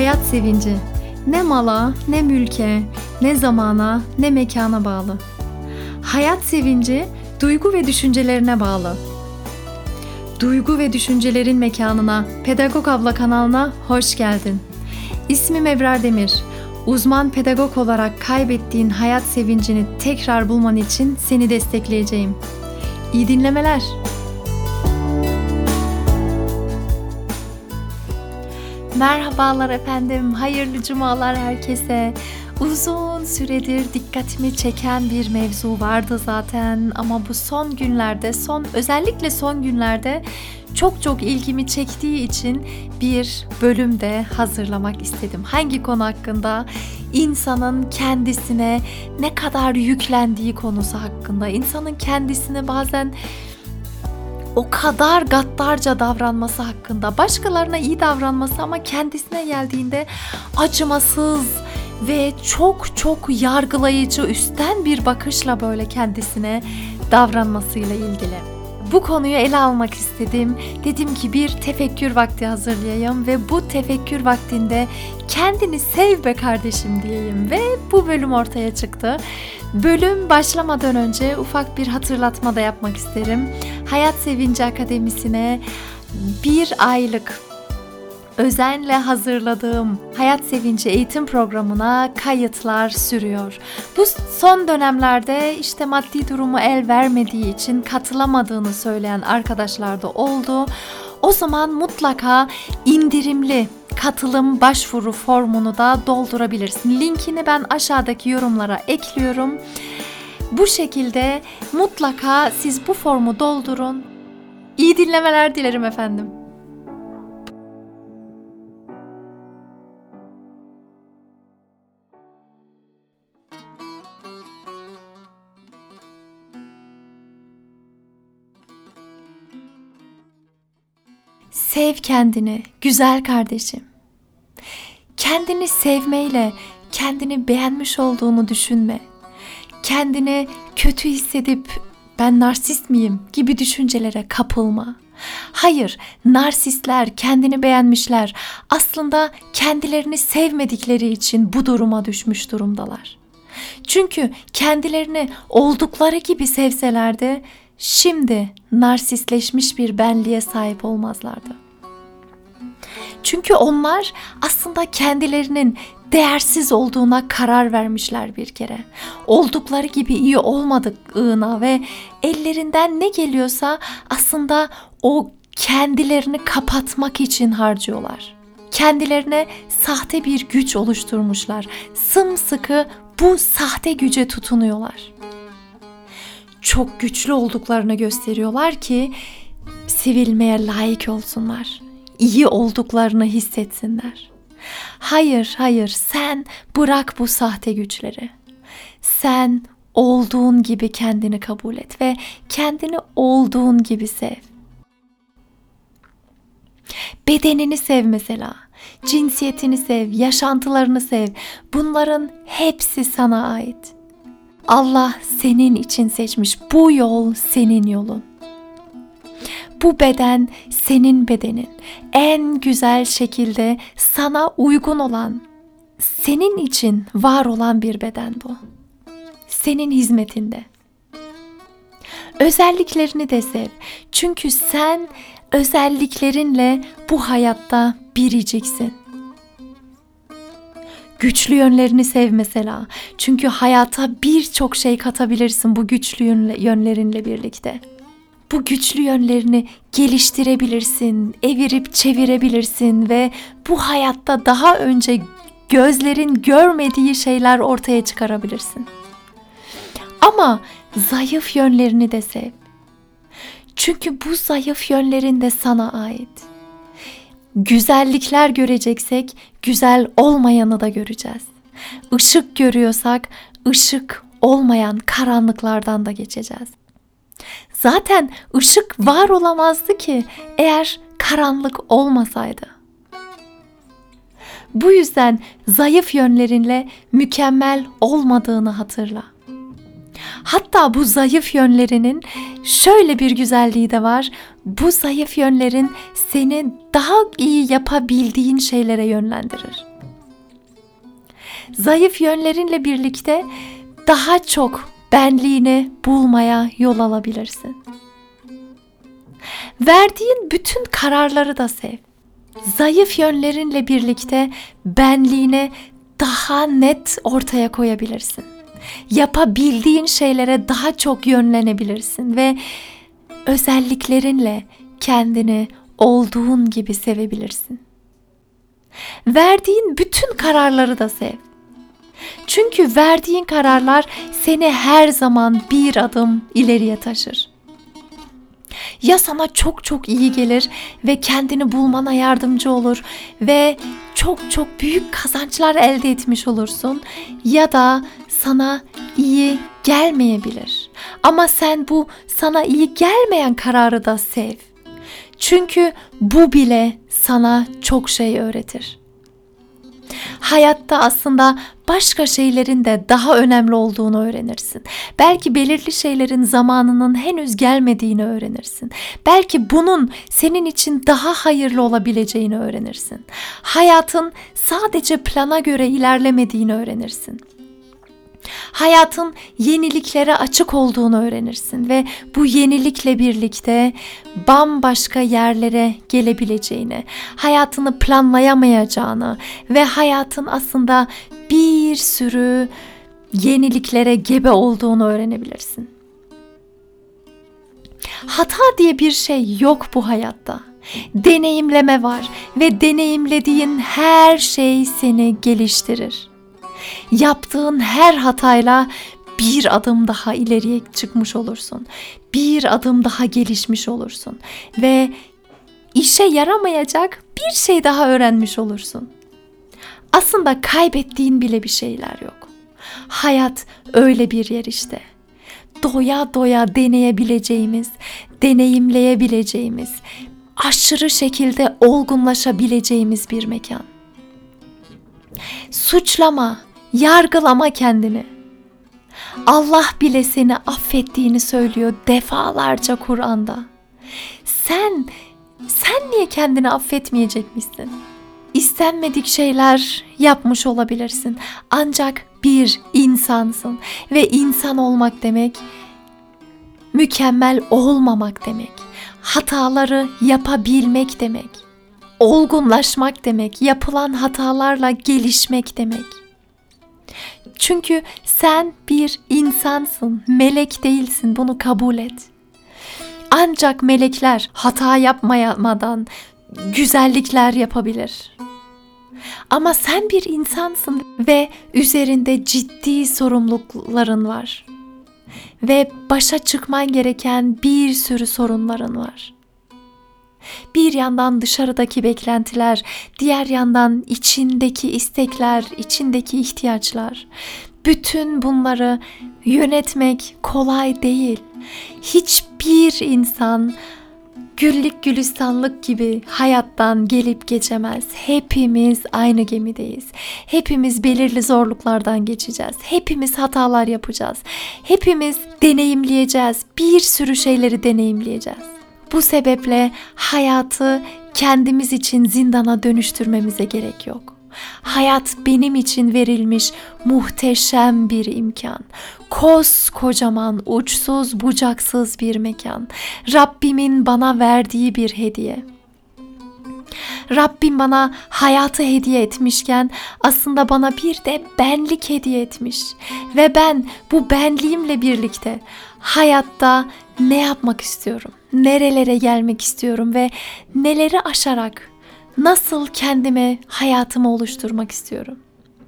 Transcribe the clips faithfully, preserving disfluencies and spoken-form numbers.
Hayat sevinci ne mala, ne mülke, ne zamana, ne mekana bağlı. Hayat sevinci duygu ve düşüncelerine bağlı. Duygu ve düşüncelerin mekanına, Pedagog Abla kanalına hoş geldin. İsmim Ebrar Demir. Uzman pedagog olarak kaybettiğin hayat sevincini tekrar bulman için seni destekleyeceğim. İyi dinlemeler. Merhabalar efendim, hayırlı cumalar herkese. Uzun süredir dikkatimi çeken bir mevzu vardı zaten ama bu son günlerde, son özellikle son günlerde çok çok ilgimi çektiği için bir bölümde hazırlamak istedim. Hangi konu hakkında? İnsanın kendisine ne kadar yüklendiği konusu hakkında. İnsanın kendisine bazen o kadar gaddarca davranması hakkında, başkalarına iyi davranması ama kendisine geldiğinde acımasız ve çok çok yargılayıcı, üstten bir bakışla böyle kendisine davranmasıyla ilgili. Bu konuyu ele almak istedim. Dedim ki bir tefekkür vakti hazırlayayım ve bu tefekkür vaktinde kendini sev be kardeşim diyeyim ve bu bölüm ortaya çıktı. Bölüm başlamadan önce ufak bir hatırlatma da yapmak isterim. Hayat Sevinci Akademisi'ne bir aylık özenle hazırladığım Hayat Sevinci eğitim programına kayıtlar sürüyor. Bu son dönemlerde işte maddi durumu el vermediği için katılamadığını söyleyen arkadaşlar da oldu. O zaman mutlaka indirimli katılım başvuru formunu da doldurabilirsin. Linkini ben aşağıdaki yorumlara ekliyorum. Bu şekilde mutlaka siz bu formu doldurun. İyi dinlemeler dilerim efendim. Sev kendini güzel kardeşim. Kendini sevmeyle kendini beğenmiş olduğunu düşünme. Kendini kötü hissedip ben narsist miyim gibi düşüncelere kapılma. Hayır, narsistler, kendini beğenmişler aslında kendilerini sevmedikleri için bu duruma düşmüş durumdalar. Çünkü kendilerini oldukları gibi sevselerdi şimdi narsistleşmiş bir benliğe sahip olmazlardı. Çünkü onlar aslında kendilerinin değersiz olduğuna karar vermişler bir kere. Oldukları gibi iyi olmadığına ve ellerinden ne geliyorsa aslında o kendilerini kapatmak için harcıyorlar. Kendilerine sahte bir güç oluşturmuşlar. Sımsıkı bu sahte güce tutunuyorlar. Çok güçlü olduklarını gösteriyorlar ki sevilmeye layık olsunlar. İyi olduklarını hissetsinler. Hayır, hayır, sen bırak bu sahte güçleri. Sen olduğun gibi kendini kabul et ve kendini olduğun gibi sev. Bedenini sev mesela, cinsiyetini sev, yaşantılarını sev. Bunların hepsi sana ait. Allah senin için seçmiş. Bu yol senin yolun. Bu beden senin bedenin. En güzel şekilde sana uygun olan, senin için var olan bir beden bu. Senin hizmetinde. Özelliklerini de sev. Çünkü sen özelliklerinle bu hayatta biriciksin. Güçlü yönlerini sev mesela. Çünkü hayata birçok şey katabilirsin bu güçlü yönlerinle birlikte. Bu güçlü yönlerini geliştirebilirsin, evirip çevirebilirsin ve bu hayatta daha önce gözlerin görmediği şeyler ortaya çıkarabilirsin. Ama zayıf yönlerini de sev. Çünkü bu zayıf yönlerin de sana ait. Güzellikler göreceksek güzel olmayanı da göreceğiz. Işık görüyorsak ışık olmayan karanlıklardan da geçeceğiz. Zaten ışık var olamazdı ki eğer karanlık olmasaydı. Bu yüzden zayıf yönlerinle mükemmel olmadığını hatırla. Hatta bu zayıf yönlerinin şöyle bir güzelliği de var. Bu zayıf yönlerin seni daha iyi yapabildiğin şeylere yönlendirir. Zayıf yönlerinle birlikte daha çok benliğini bulmaya yol alabilirsin. Verdiğin bütün kararları da sev. Zayıf yönlerinle birlikte benliğini daha net ortaya koyabilirsin. Yapabildiğin şeylere daha çok yönlenebilirsin ve özelliklerinle kendini olduğun gibi sevebilirsin. Verdiğin bütün kararları da sev. Çünkü verdiğin kararlar seni her zaman bir adım ileriye taşır. Ya sana çok çok iyi gelir ve kendini bulmana yardımcı olur ve çok çok büyük kazançlar elde etmiş olursun, ya da sana iyi gelmeyebilir. Ama sen bu sana iyi gelmeyen kararı da sev. Çünkü bu bile sana çok şey öğretir. Hayatta aslında başka şeylerin de daha önemli olduğunu öğrenirsin. Belki belirli şeylerin zamanının henüz gelmediğini öğrenirsin. Belki bunun senin için daha hayırlı olabileceğini öğrenirsin. Hayatın sadece plana göre ilerlemediğini öğrenirsin. Hayatın yeniliklere açık olduğunu öğrenirsin ve bu yenilikle birlikte bambaşka yerlere gelebileceğini, hayatını planlayamayacağını ve hayatın aslında bir sürü yeniliklere gebe olduğunu öğrenebilirsin. Hata diye bir şey yok bu hayatta. Deneyimleme var ve deneyimlediğin her şey seni geliştirir. Yaptığın her hatayla bir adım daha ileriye çıkmış olursun. Bir adım daha gelişmiş olursun. Ve işe yaramayacak bir şey daha öğrenmiş olursun. Aslında kaybettiğin bile bir şeyler yok. Hayat öyle bir yer işte. Doya doya deneyebileceğimiz, deneyimleyebileceğimiz, aşırı şekilde olgunlaşabileceğimiz bir mekan. Suçlama, yargılama kendini. Allah bile seni affettiğini söylüyor defalarca Kur'an'da. Sen, sen niye kendini affetmeyecekmişsin? İstenmedik şeyler yapmış olabilirsin. Ancak bir insansın ve insan olmak demek, mükemmel olmamak demek. Hataları yapabilmek demek. Olgunlaşmak demek, yapılan hatalarla gelişmek demek. Çünkü sen bir insansın, melek değilsin, bunu kabul et. Ancak melekler hata yapmadan güzellikler yapabilir. Ama sen bir insansın ve üzerinde ciddi sorumlulukların var. Ve başa çıkman gereken bir sürü sorunların var. Bir yandan dışarıdaki beklentiler, diğer yandan içindeki istekler, içindeki ihtiyaçlar. Bütün bunları yönetmek kolay değil. Hiçbir insan güllük gülistanlık gibi hayattan gelip geçemez. Hepimiz aynı gemideyiz. Hepimiz belirli zorluklardan geçeceğiz. Hepimiz hatalar yapacağız. Hepimiz deneyimleyeceğiz. Bir sürü şeyleri deneyimleyeceğiz. Bu sebeple hayatı kendimiz için zindana dönüştürmemize gerek yok. Hayat benim için verilmiş muhteşem bir imkan. Koskocaman, uçsuz bucaksız bir mekan. Rabbimin bana verdiği bir hediye. Rabbim bana hayatı hediye etmişken aslında bana bir de benlik hediye etmiş. Ve ben bu benliğimle birlikte hayatta ne yapmak istiyorum? Nerelere gelmek istiyorum ve neleri aşarak nasıl kendime hayatımı oluşturmak istiyorum?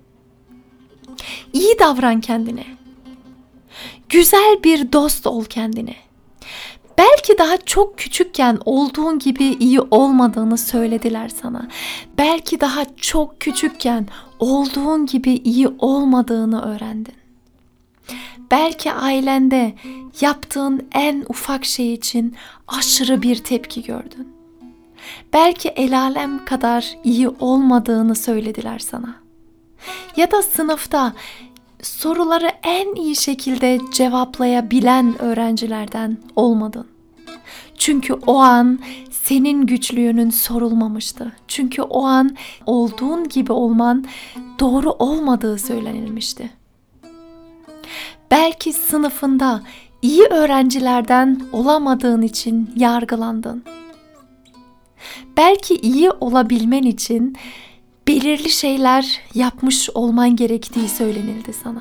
İyi davran kendine. Güzel bir dost ol kendine. Belki daha çok küçükken olduğun gibi iyi olmadığını söylediler sana. Belki daha çok küçükken olduğun gibi iyi olmadığını öğrendin. Belki ailende yaptığın en ufak şey için aşırı bir tepki gördün. Belki el alem kadar iyi olmadığını söylediler sana. Ya da sınıfta soruları en iyi şekilde cevaplayabilen öğrencilerden olmadın. Çünkü o an senin güçlüğünün sorulmamıştı. Çünkü o an olduğun gibi olman doğru olmadığı söylenilmişti. Belki sınıfında iyi öğrencilerden olamadığın için yargılandın. Belki iyi olabilmen için belirli şeyler yapmış olman gerektiği söylenildi sana.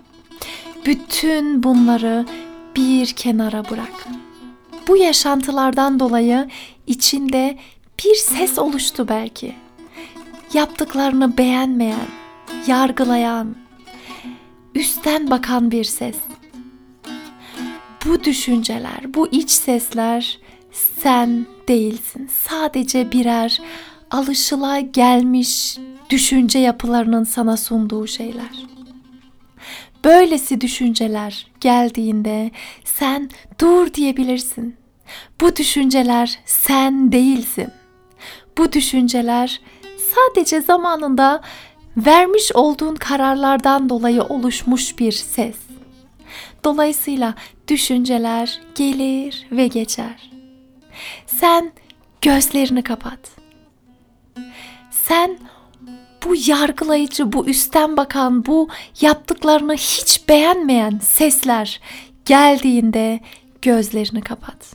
Bütün bunları bir kenara bırak. Bu yaşantılardan dolayı içinde bir ses oluştu belki. Yaptıklarını beğenmeyen, yargılayan, üstten bakan bir ses. Bu düşünceler, bu iç sesler sen değilsin. Sadece birer alışılagelmiş düşünce yapılarının sana sunduğu şeyler. Böylesi düşünceler geldiğinde sen dur diyebilirsin. Bu düşünceler sen değilsin. Bu düşünceler sadece zamanında vermiş olduğun kararlardan dolayı oluşmuş bir ses. Dolayısıyla düşünceler gelir ve geçer. Sen gözlerini kapat. Sen bu yargılayıcı, bu üstten bakan, bu yaptıklarını hiç beğenmeyen sesler geldiğinde gözlerini kapat.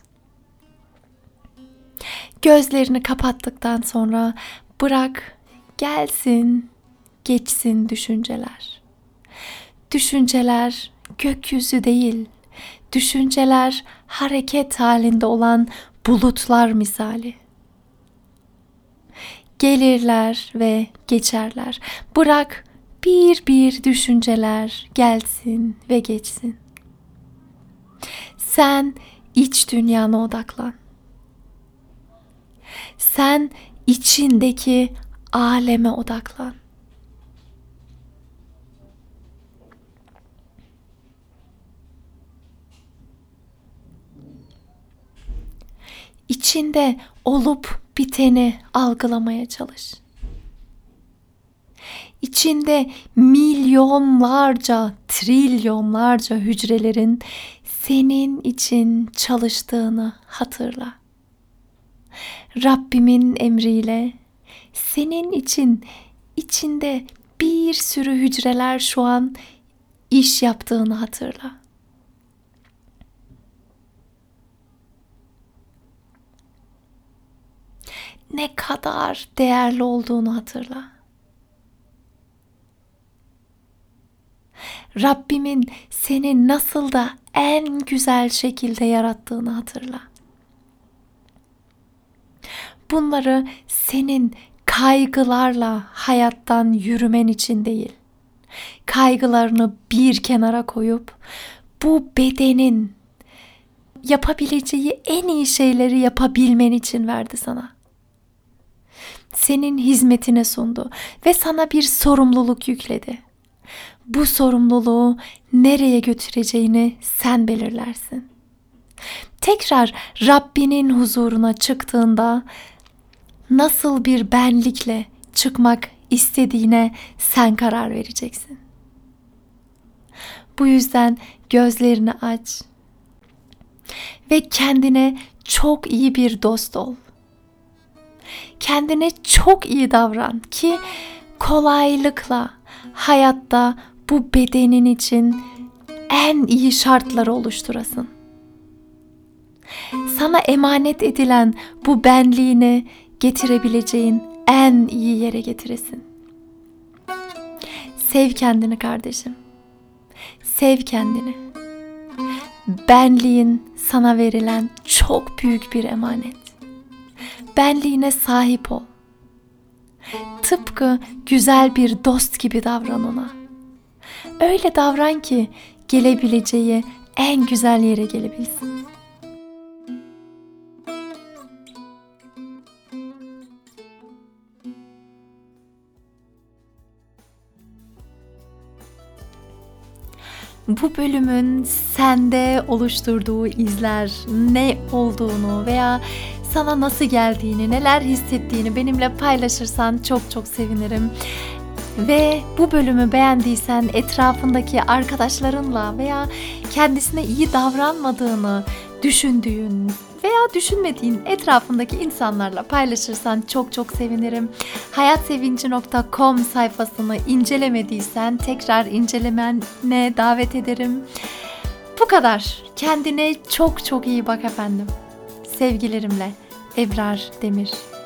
Gözlerini kapattıktan sonra bırak gelsin, geçsin düşünceler. Düşünceler gökyüzü değil, düşünceler hareket halinde olan bulutlar misali. Gelirler ve geçerler. Bırak bir bir düşünceler gelsin ve geçsin. Sen iç dünyana odaklan. Sen içindeki aleme odaklan. İçinde olup biteni algılamaya çalış. İçinde milyonlarca, trilyonlarca hücrelerin senin için çalıştığını hatırla. Rabbimin emriyle senin için içinde bir sürü hücreler şu an iş yaptığını hatırla. Ne kadar değerli olduğunu hatırla. Rabbimin seni nasıl da en güzel şekilde yarattığını hatırla. Bunları senin kaygılarla hayattan yürümen için değil, kaygılarını bir kenara koyup bu bedenin yapabileceği en iyi şeyleri yapabilmen için verdi sana. Senin hizmetine sundu ve sana bir sorumluluk yükledi. Bu sorumluluğu nereye götüreceğini sen belirlersin. Tekrar Rabbinin huzuruna çıktığında nasıl bir benlikle çıkmak istediğine sen karar vereceksin. Bu yüzden gözlerini aç ve kendine çok iyi bir dost ol. Kendine çok iyi davran ki kolaylıkla hayatta bu bedenin için en iyi şartları oluşturasın. Sana emanet edilen bu benliğini getirebileceğin en iyi yere getiresin. Sev kendini kardeşim. Sev kendini. Benliğin sana verilen çok büyük bir emanet. Benliğine sahip ol. Tıpkı güzel bir dost gibi davran ona. Öyle davran ki gelebileceği en güzel yere gelebilsin. Bu bölümün sende oluşturduğu izler ne olduğunu veya sana nasıl geldiğini, neler hissettiğini benimle paylaşırsan çok çok sevinirim. Ve bu bölümü beğendiysen etrafındaki arkadaşlarınla veya kendisine iyi davranmadığını düşündüğün veya düşünmediğin etrafındaki insanlarla paylaşırsan çok çok sevinirim. hayatsevinci nokta com sayfasını incelemediysen tekrar incelemene davet ederim. Bu kadar. Kendine çok çok iyi bak efendim. Sevgilerimle Ebrar Demir.